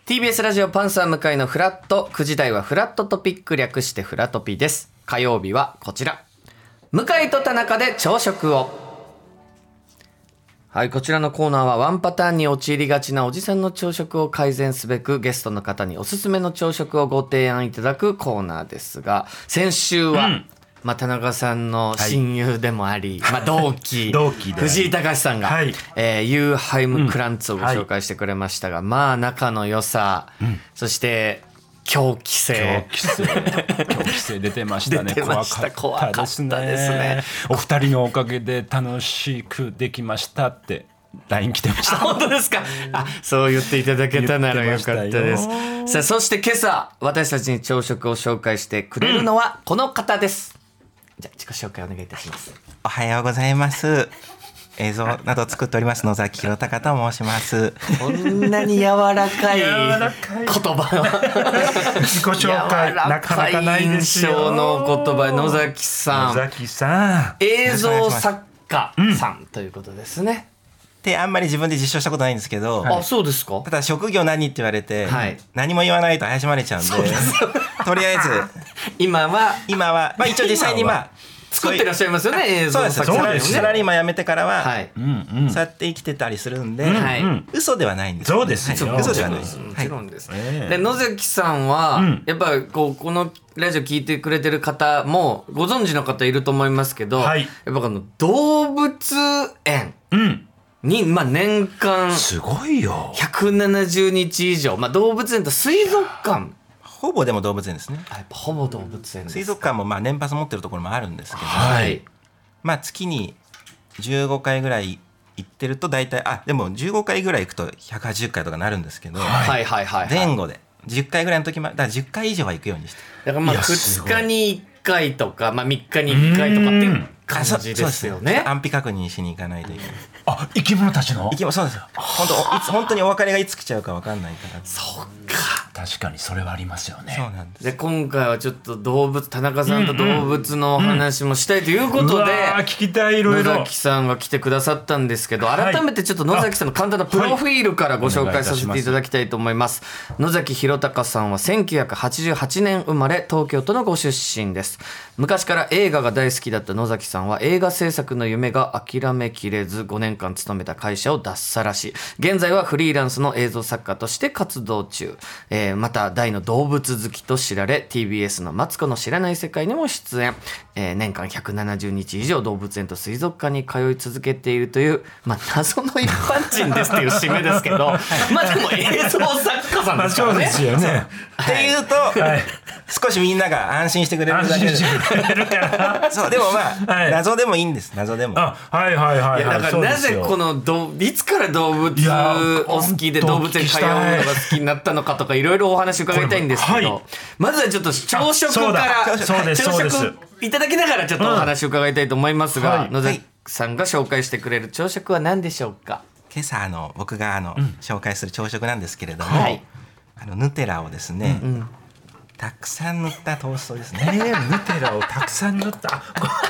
TBS ラジオパンサー向井のフラット、9時台はフラットトピック略してフラトピです。火曜日はこちら、向井と田中で朝食を。はい、こちらのコーナーはワンパターンに陥りがちなおじさんの朝食を改善すべくゲストの方におすすめの朝食をご提案いただくコーナーですが、先週は、田中さんの親友でもあり、同期藤井隆さんが、ユーハイムクランツをご紹介してくれましたが、仲の良さ、そして狂気性出てましたね。 怖かったですね。 お二人のおかげで楽しくできましたって LINE 来てました。 本当ですか。そう言っていただけたならよかったです。さあ、そして今朝私たちに朝食を紹介してくれるのはこの方です。じゃあ自己紹介お願いいたします。 おはようございます。映像などを作っております野崎弘隆と申します。 こんなに柔らかい言葉を自己紹介なかなかないですよ。 印象の言葉、野崎さん映像作家さんということですね。 であんまり自分で実証したことないんですけど、 そうですか。 ただ職業何って言われて、何も言わないと怪しまれちゃうんで、とりあえず今は、一応実際に作ってらっしゃいますよね、映像作家。 サラリーマン辞めてからは、そうやって生きてたりするんで、嘘ではないんです。 そうですよ。 嘘ではないです。 もちろんです。で野崎さんは、やっぱりこのラジオ聞いてくれてる方もご存知の方いると思いますけど、やっぱ動物園に、年間すごいよ 170日以上、動物園と水族館、 ほぼでも動物園ですね。 ほぼ動物園です。 水族館も年パス持ってるところもあるんですけど、月に15回ぐらい行ってると大体でも15回ぐらい行くと180回とかなるんですけど、前後で10回ぐらいの時だから10回以上は行くようにして、 だから2日に1回とか、3日に1回とかっていう感じですよね。 安否確認しに行かないといけない。 生き物たちのそうですよ。本当にお別れがいつ来ちゃうか分かんないから。 そうか。 確かにそれはありますよね。 そうなんです。 で今回はちょっと田中さんと動物の話もしたいということで、 聞きたい。いろいろ野崎さんが来てくださったんですけど、改めてちょっと野崎さんの簡単なプロフィールからご紹介させていただきたいと思います。野崎弘隆さんは1988年生まれ、東京都のご出身です。昔から映画が大好きだった野崎さんは映画制作の夢が諦めきれず5年間勤めた会社を脱サラし、現在はフリーランスの映像作家として活動中。また大の動物好きと知られ、 TBS のマツコの知らない世界にも出演。年間170日以上動物園と水族館に通い続けているという、謎の一般人ですっていう締めですけどでも映像作家さんですからね。 そうですよね。 っていうと、少しみんなが安心してくれるだけでそうでも謎でもいいんです。謎でもだからなぜいつから動物お好きで動物園通うのが好きになったのかとか、いろいろお話伺いたいんですけど、まずはちょっと朝食から朝食いただきながらちょっとお話を伺いたいと思いますが、野崎さんが紹介してくれる朝食は何でしょうか。 今朝僕が紹介する朝食なんですけれども、ヌテラをですね、たくさん塗ったトーストですね。 ヌテラをたくさん塗った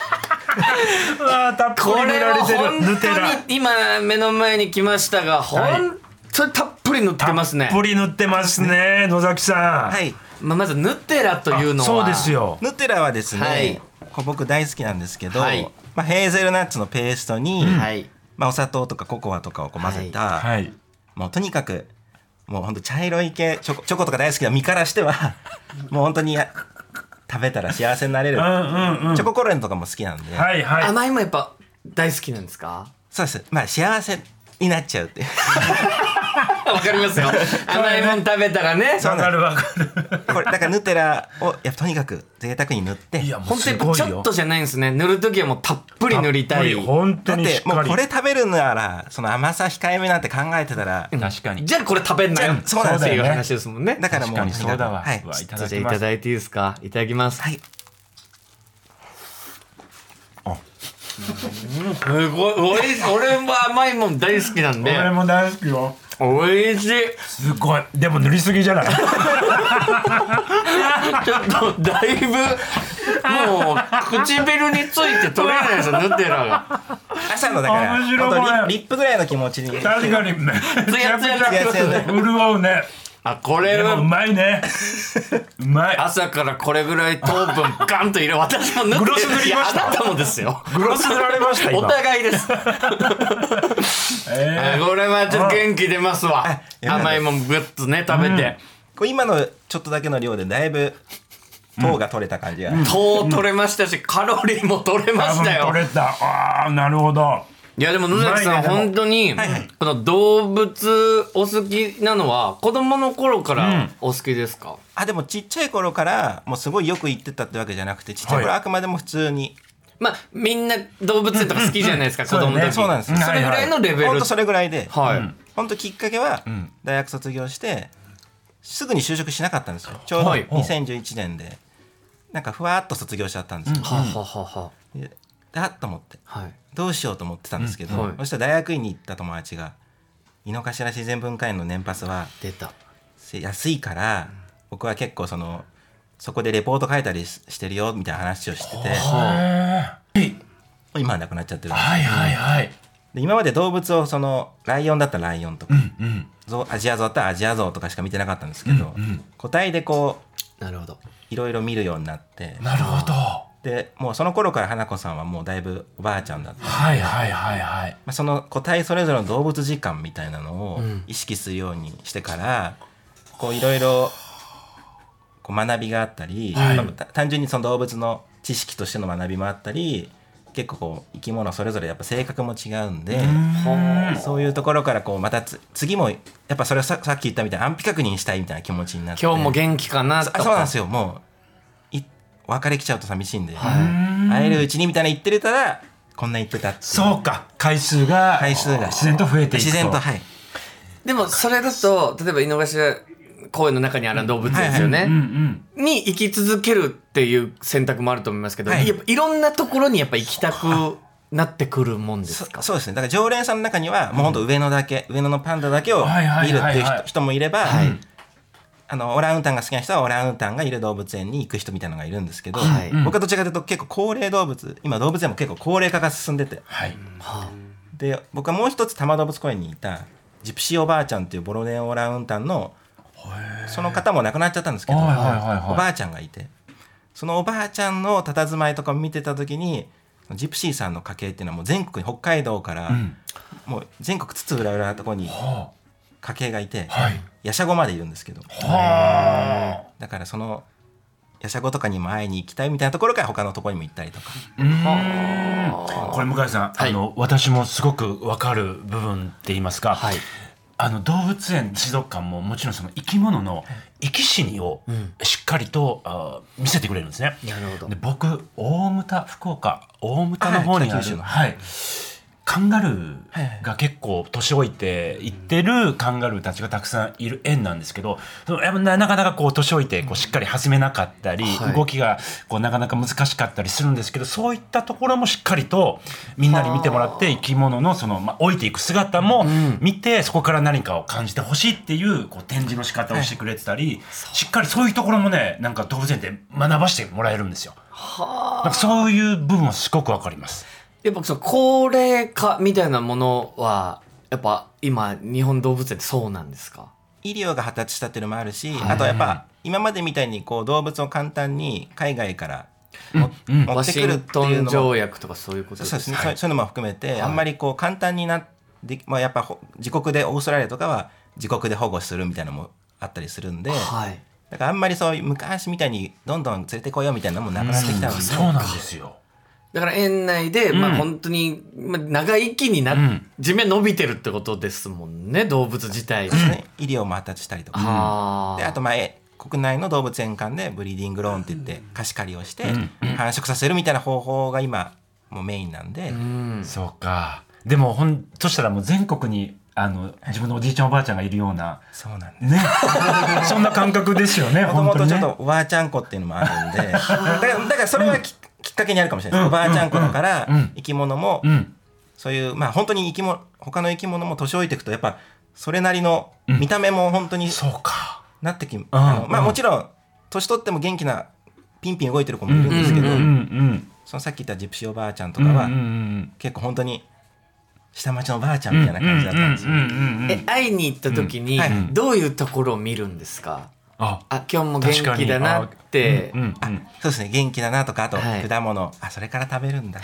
たっぷり塗られてるヌテラ、 今目の前に来ましたが、本当にたっぷり塗ってますね。 たっぷり塗ってますね、野崎さん。 まずヌテラというのは、 そうですよ。 ヌテラはですね、僕大好きなんですけど、ヘーゼルナッツのペーストに、お砂糖とかココアとかを混ぜた、もうとにかくもうほんと茶色い系チョコとか大好きな身からしてはもう本当に食べたら幸せになれる、チョココロネとかも好きなんで、 甘いもやっぱ大好きなんですか。 そうです。幸せになっちゃうってわかりますよ。甘いもん食べたらね。 わかるこれだからヌテラをとにかく贅沢に塗って、 本当にちょっとじゃないんですね。塗るときはもうたっぷり塗りたい。 本当にしっかり。 だってもうこれ食べるならその甘さ控えめなんて考えてたら、 確かにじゃあこれ食べんなよそうなんですっていう話ですもんね。 だからもうそうだわ。 いただいていいですか。いただきます。すごいおいしい。俺も甘いもん大好きなんで。 俺も大好きよ。 おいしい。 すごい。でも塗りすぎじゃない。 ちょっとだいぶもう唇について取れないですよ、ヌテラが。 朝のだから本当リップぐらいの気持ちに。 確かにめちゃくちゃ潤うね。 あ、これでもうまいねうまい。 朝からこれぐらい糖分ガンと入れ、私も塗って、 グロス塗りました。 いやあなたもですよ。 グロス塗られました今。 お互いです。これはちょっと元気出ますわ。甘いもんグッとね食べて、 これ今のちょっとだけの量でだいぶ糖が取れた感じが、 糖取れましたし、カロリーも取れましたよ。 取れた。ああ、なるほど。 いやでも野崎さん、本当にこの動物お好きなのは子供の頃からお好きですか？ でもちっちゃい頃からもうすごいよく行ってたってわけじゃなくて、ちっちゃい頃あくまでも普通に、 まあみんな動物園とか好きじゃないですか、子供の時。 そうなんですよ。 それぐらいのレベル。 本当それぐらいで、 はい本当きっかけは大学卒業してすぐに就職しなかったんですよ。ちょうど2011年でなんかふわっと卒業しちゃったんですよ。でだっと思って、どうしようと思ってたんですけど、そしたら大学院に行った友達が井の頭自然文化園の年パスは安いから、僕は結構そこでレポート書いたりしてるよみたいな話をしてて、今はなくなっちゃってるんですけど、で今まで動物をライオンだったらライオンとか、アジアゾウだったらアジアゾウとかしか見てなかったんですけど、個体でこういろいろ見るようになって。 なるほど。 でもうその頃から花子さんはもうだいぶおばあちゃんだった、その個体それぞれの動物時間みたいなのを意識するようにしてから、こういろいろ学びがあったり、単純にその動物の知識としての学びもあったり、結構こう生き物それぞれやっぱ性格も違うんで、そういうところからこうまた次もやっぱそれをさっき言ったみたいな安否確認したいみたいな気持ちになって、 今日も元気かなとか。 そうなんですよ。もう別れ来ちゃうと寂しいんで、会えるうちにみたいな言ってたらこんな言ってたって。 そうか、回数が自然と増えていくと。 自然と、 でもそれだと例えば井の頭公園の中にある動物園ですよね、に生き続けるっていう選択もあると思いますけど、やっぱいろんなところにやっぱ行きたくなってくるもんですか？ そうですね。だから常連さんの中にはもうほんと上野のパンダだけを見るっていう人もいれば、オランウータンが好きな人はオランウータンがいる動物園に行く人みたいなのがいるんですけど、僕はどちらかというと結構高齢動物、今動物園も結構高齢化が進んでて、で僕はもう一つ多摩動物公園にいたジプシーおばあちゃんっていうボロネオオランウータンのその方も亡くなっちゃったんですけど、おばあちゃんがいて、そのおばあちゃんの佇まいとかを見てた時に、ジプシーさんの家系っていうのはもう全国に北海道から、もう全国津々浦々なところに家系がいて、ヤシャゴまでいるんですけど、だからそのヤシャゴとかにも会いに行きたいみたいなところから他のところにも行ったりとか。 これ向井さん、私もすごく分かる部分って言いますか、動物園水族館ももちろんその生き物の生き死にをしっかりと見せてくれるんですね。で僕福岡大牟田の方にある、カンガルーが結構年老いていってるカンガルーたちがたくさんいる園なんですけど、なかなかこう年老いてこうしっかり弾めなかったり、動きがこうなかなか難しかったりするんですけど、そういったところもしっかりとみんなに見てもらって、生き物の老いていく姿も見て、そこから何かを感じてほしいっていう展示の仕方をしてくれてたり、しっかりそういうところもね、なんか動物園で学ばせてもらえるんですよ。なんかそういう部分はすごくわかります。 やっぱその高齢化みたいなものはやっぱ今日本動物園ってそうなんですか？ 医療が発達したっていうのもあるし、あとやっぱ今までみたいにこう動物を簡単に海外から持ってくるっていうのも、 ワシントン条約とかそういうことですか？ そういうのも含めて、あんまりこう簡単にやっぱ自国でオーストラリアとかは自国で保護するみたいなのもあったりするんで、だからあんまりそういう昔みたいにどんどん連れてこようみたいなのもなくなってきたので、 そうなんですよ。 だから園内で、本当に、長生きに寿命伸びてるってことですもんね、動物自体、 医療も発達したりとか、であと国内の動物園間でブリーディングローンって言って貸し借りをして繁殖させるみたいな方法が今もうメインなんで、 そうか。でもとしたらもう全国に自分のおじいちゃんおばあちゃんがいるような、 そうなんですねそんな感覚ですよね。 もともとちょっとおばあちゃん子っていうのもあるんでだからそれはきっかけにあるかもしれないです。おばあちゃん子だから生き物もそういう本当に他の生き物も年老いていくとやっぱそれなりの見た目も本当になってきもちろん年取っても元気なピンピン動いてる子もいるんですけど、そのさっき言ったジプシーおばあちゃんとかは結構本当に下町のおばあちゃんみたいな感じだったんですよ。 会いに行った時にどういうところを見るんですか？今日も元気だなって。 そうですね、元気だなとか、あと果物、それから食べるんだ。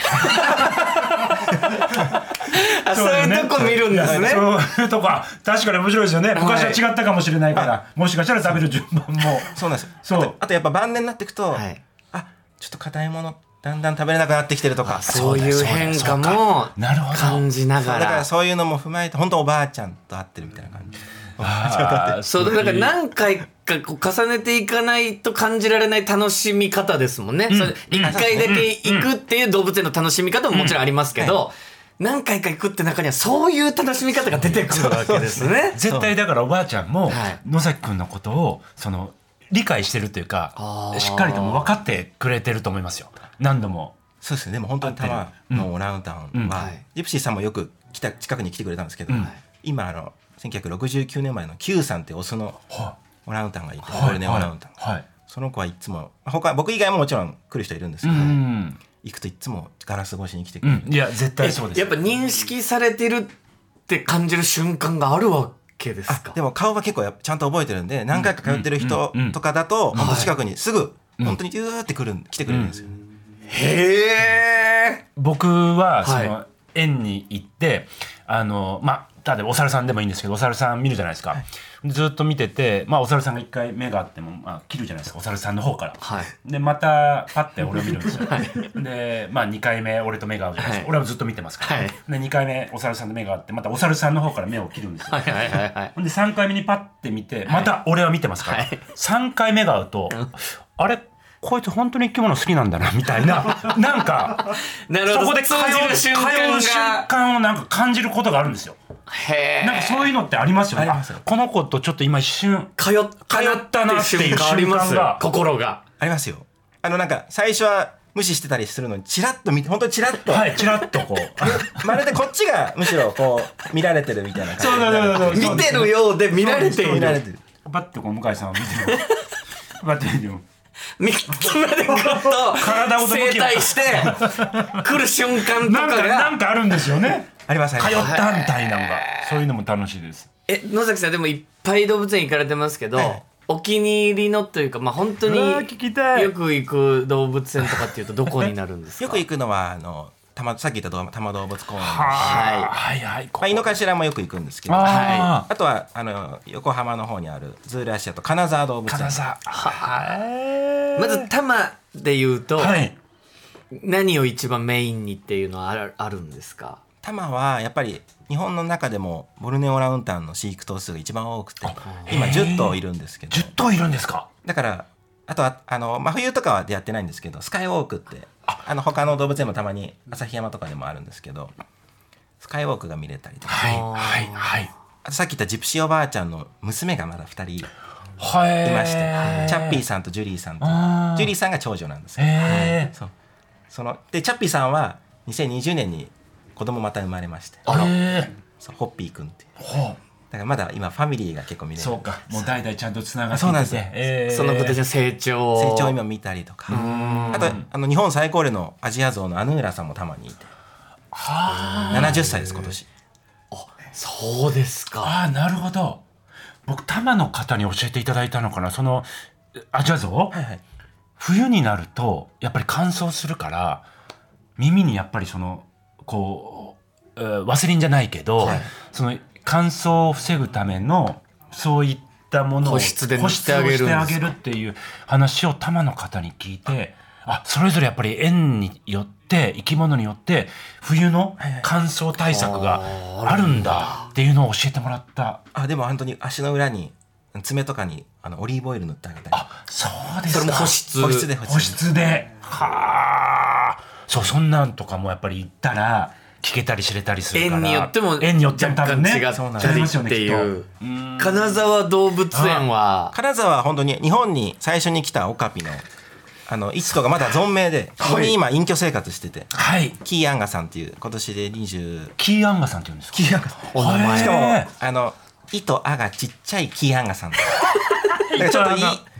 そういうとこ見るんですね。 そういうとこ確かに面白いですよね。昔は違ったかもしれないから、もしかしたら食べる順番も。 そうなんですよ。あとやっぱ晩年になっていくと、ちょっと硬いものだんだん食べれなくなってきてるとか、 そういう変化も感じながら、 だからそういうのも踏まえて本当おばあちゃんと会ってるみたいな感じ。 そうだから何回かこう重ねていかないと感じられない楽しみ方ですもんね。一回だけ行くっていう動物園の楽しみ方ももちろんありますけど、何回か行くって中にはそういう楽しみ方が出てくるわけですね。 絶対だからおばあちゃんも野崎くんのことを理解してるっていうか、しっかりとも分かってくれてると思いますよ。何度も。 そうですね。でも本当に多摩のオランウータンはジプシーさんもよく近くに来てくれたんですけど、今1969年前の Q さんってオスのオランウータンがいて、ゴールデンオランウータン、その子はいつも僕以外ももちろん来る人いるんですけど、行くといつもガラス越しに来てくれる。 いや絶対そうです。 やっぱ認識されてるって感じる瞬間があるわけですか？ でも顔は結構ちゃんと覚えてるんで、何回か通ってる人とかだと本当近くにすぐ本当にギューって来てくれるんですよ。 へー。 僕は園に行って例えばお猿さんでもいいんですけど、お猿さん見るじゃないですか。ずっと見てて、お猿さんが1回目があっても、切るじゃないですか、お猿さんの方から。でまたパッて俺を見るんですよ。で2回目俺と目が合うじゃないですか。俺はずっと見てますから。で2回目お猿さんと目が合って、またお猿さんの方から目を切るんですよ。で3回目にパッて見て、また俺は見てますから。3回目が合うと、あれこいつ本当に生き物好きなんだなみたいな、なんかそこで通じる瞬間をなんか感じることがあるんですよ。なんかそういうのってありますよね。この子とちょっと今一瞬通ったなっていう瞬間が、心がありますよ。なんか最初は無視してたりするのにチラッと見て、本当にチラッと、 チラッとこうまるでこっちがむしろこう見られてるみたいな感じで、見てるようで見られている。 バッてこう向井さんを見てる。バッて見てる。 3つ目でグッと整体して来る瞬間とかがなんかあるんですよね。 あります。 通ったみたいなのが、そういうのも楽しいです。 野崎さんでもいっぱい動物園行かれてますけど、お気に入りのというか、本当によく行く動物園とかっていうとどこになるんですか？ よく行くのはさっき言った多摩動物公園、井の頭もよく行くんですけど、あとは横浜の方にあるズールアシアと金沢動物園。 まず多摩でいうと、何を一番メインにっていうのはあるんですか？ 多摩はやっぱり日本の中でもボルネオオランウータンの飼育頭数が一番多くて、今10頭いるんですけど。 10頭いるんですか？ だからあとは真冬とかはやってないんですけど、スカイウォークって他の動物園もたまに旭山とかでもあるんですけど、スカイウォークが見れたりとか、あとさっき言ったジプシーおばあちゃんの娘がまだ2人いまして、チャッピーさんとジュリーさんと、ジュリーさんが長女なんですけど、でチャッピーさんは2020年に子供また生まれまして、ホッピーくんっていう。だからまだ今ファミリーが結構見れる。 そうか、もう代々ちゃんとつながってて。 そうなんです。 その子たちの成長を今見たりとか、あと日本最高齢のアジアゾウのアヌーラさんもたまにいて、70歳です今年。 そうですか。 なるほど。僕多摩の方に教えていただいたのかな、そのアジアゾウ、冬になるとやっぱり乾燥するから耳にやっぱりワセリンじゃないけど、その乾燥を防ぐためのそういったものを保湿をしてあげるっていう話を多摩の方に聞いて、それぞれやっぱり園によって生き物によって冬の乾燥対策があるんだっていうのを教えてもらった。 でも本当に足の裏に爪とかにオリーブオイル塗ってあげたり。 そうですか。 それも保湿で。そんなんとかもやっぱり行ったら聞けたり知れたりするから、 園によっても多分ね、 違ったりっていう。金沢動物園は金沢は本当に日本に最初に来たオカピの一頭がまだ存命で、ここに今隠居生活してて、キーアンガさんっていう今年で20。 キーアンガさんって言うんですか？ キーアンガさん。 お名前。 しかもイとアがちっちゃいキーアンガさん。ちょっと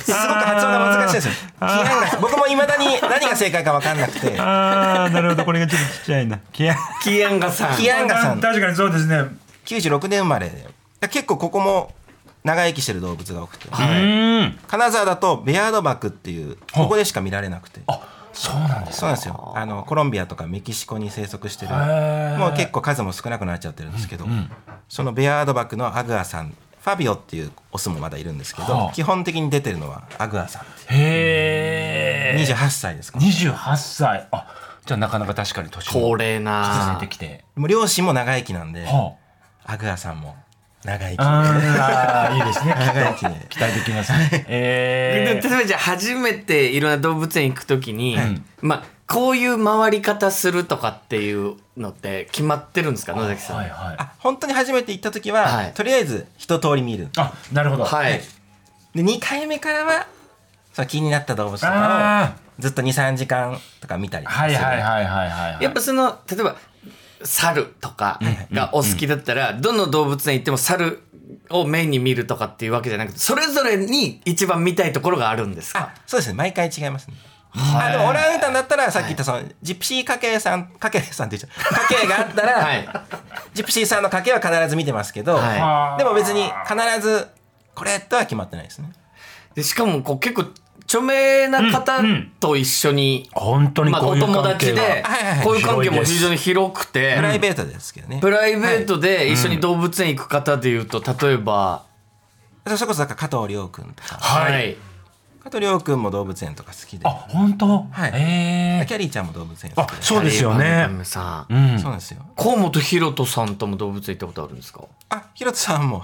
すごく発音が難しいですよ。キアンガさん、僕もいまだに何が正解か分かんなくて。 ああ、なるほど、これがちょっとちっちゃいな。キアンガさん。 キアンガさん。 確かにそうですね。 96年生まれで、結構ここも長生きしてる動物が多くて、金沢だとベアードバクっていうここでしか見られなくて。 そうなんですか。 そうなんですよ。コロンビアとかメキシコに生息してる、もう結構数も少なくなっちゃってるんですけど、そのベアードバクのアグアさん、ファビオっていうオスもまだいるんですけど、基本的に出てるのはアグアさんっていう。 へー。 28歳ですか。 28歳。あ、じゃあなかなか確かに年も高齢な重ねてきて。 もう両親も長生きなんで、アグアさんも長生きで。 ああ、いいですね。 長生きで期待できますね。 例えばじゃあ初めていろんな動物園行くときに、まあこういう回り方するとかっていうのって決まってるんですか、野崎さん。 本当に初めて行った時は、とりあえず一通り見る。 あ、なるほど。 で2回目からはその気になった動物とかをずっと 2,3 時間とか見たりとかする。 やっぱその例えば猿とかがお好きだったら、どの動物園行っても猿をメインに見るとかっていうわけじゃなくて、それぞれに一番見たいところがあるんですか。 そうですね、毎回違いますね。でもオランウータンだったらさっき言ったそのジプシー家系さんって言っちゃう家系があったら、ジプシーさんの家系は必ず見てますけど、でも別に必ずこれとは決まってないですね。 でしかもこう結構著名な方と一緒に、 本当にこういうお友達でこういう関係も非常に広くて、 プライベートですけどね。 プライベートで一緒に動物園行く方でいうと、例えばそれこそだから加藤亮君とか。加藤亮君も動物園とか好きで。 あ、本当。 キャリーちゃんも動物園好きで。 そうですよね。 そうなんですよ。 河本大翔さんとも動物園行ったことあるんですか。 大翔さんも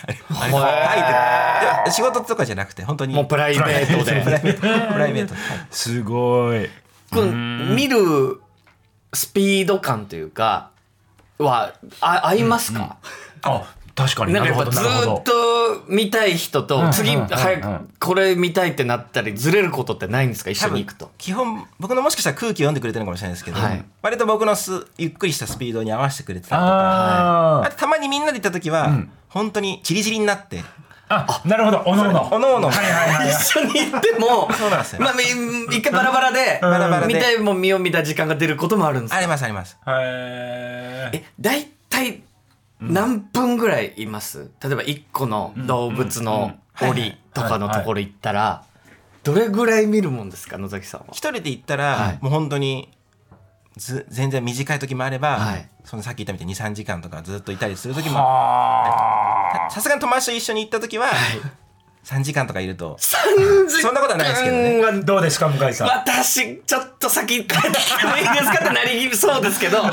仕事とかじゃなくて本当にもうプライベートで。 プライベート。 すごい。 見るスピード感というかは合いますか。 確かに。 なんかやっぱずっと見たい人と次早くこれ見たいってなったりずれることってないんですか、一緒に行くと。 基本僕のもしかしたら空気読んでくれてるのかもしれないですけど、割と僕のゆっくりしたスピードに合わせてくれてたりとか、あとたまにみんなで行った時は本当にチリチリになって、 なるほど、おのおの一緒に行っても一回バラバラで見たいもん見よう見た時間が出ることもあるんですか。 ありますあります。 だいたい何分ぐらいいます？例えば1個の動物の檻とかのところ行ったらどれぐらい見るもんですか、野崎さんは。 一人で行ったらもう本当に全然短い時もあれば、そのさっき言ったみたいに 2,3 時間とかずっといたりする時も、さすがに友達と一緒に行った時は3時間とかいると。 3時間そんなことはないですけどね。 どうですか、向井さん。 私ちょっと先帰ってきてもいいですかってなりそうですけど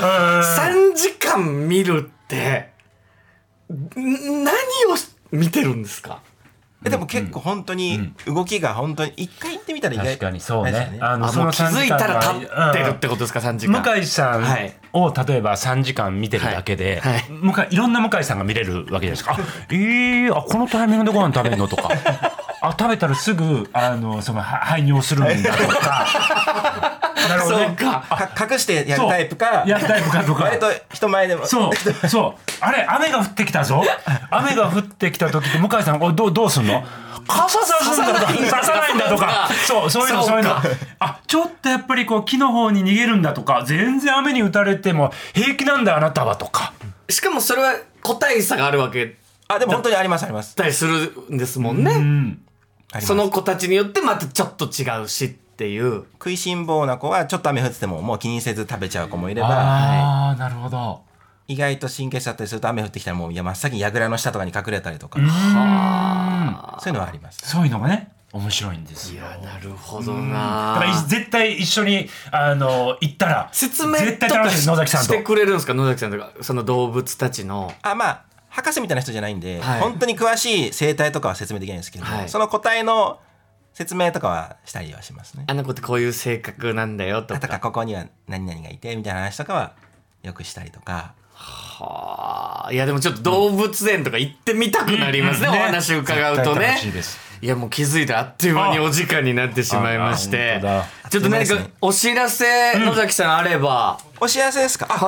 3時間見るって何を見てるんですか。 でも結構本当に動きが本当に一回行ってみたら意外。 確かにそうね。 もう気づいたら立ってるってことですか、3時間。 向井さんを例えば3時間見てるだけで、いろんな向井さんが見れるわけですか。このタイミングでご飯食べるのとか、食べたらすぐその排尿するんだとか。なるほどね。 隠してやるタイプかとか、割と人前でも。 そうあれ雨が降ってきたぞ。雨が降ってきた時って向井さんどうすんの。傘さすんだとかささないんだとか、そういうのちょっとやっぱりこう木の方に逃げるんだとか、全然雨に打たれても平気なんだあなたはとか。 しかもそれは個体差があるわけ。 でも本当にありますあります。 たりするんですもんね。その子たちによってまたちょっと違うしっていう。 食いしん坊な子はちょっと雨降っててももう気にせず食べちゃう子もいれば、 なるほど。 意外と神経質だったりすると雨降ってきたらもう真っ先に櫓の下とかに隠れたりとか、そういうのはあります。 そういうのがね面白いんですよ。 なるほどな。 だから絶対一緒に行ったら説明とかしてくれるんですか、野崎さんとかその動物たちの。 博士みたいな人じゃないんで、本当に詳しい生態とかは説明できないんですけど、その個体の説明とかはしたりはしますね。 あの子ってこういう性格なんだよとか。 あとかここには何々がいてみたいな話とかはよくしたりとか。 いやでもちょっと動物園とか行ってみたくなりますね、お話伺うとね。いやもう気づいたらあっという間にお時間になってしまいまして、ちょっと何かお知らせ野崎さんあれば。 お知らせですか。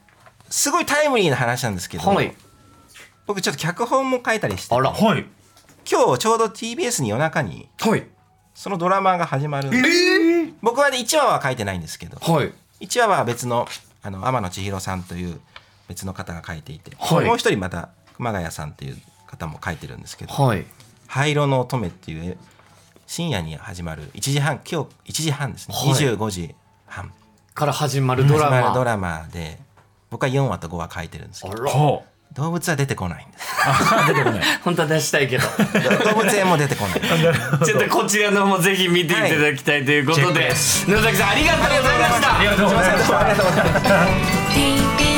すごいタイムリーな話なんですけど、僕ちょっと脚本も書いたりして、 今日ちょうど TBS に夜中にそのドラマが始まる、僕はね1話は書いてないんですけど、1話は別の天野千尋さんという別の方が書いていて、もう一人また熊谷さんっていう方も書いてるんですけど、灰色の乙女っていう深夜に始まる1時半、今日1時半ですね、25時半から始まるドラマで、僕は4話と5話書いてるんですけど、動物は出てこないんです。 出てこない。 本当は出したいけど動物園も出てこない。 ちょっとこちらの方もぜひ見ていただきたいということで、野崎さんありがとうございました。 ありがとうございました。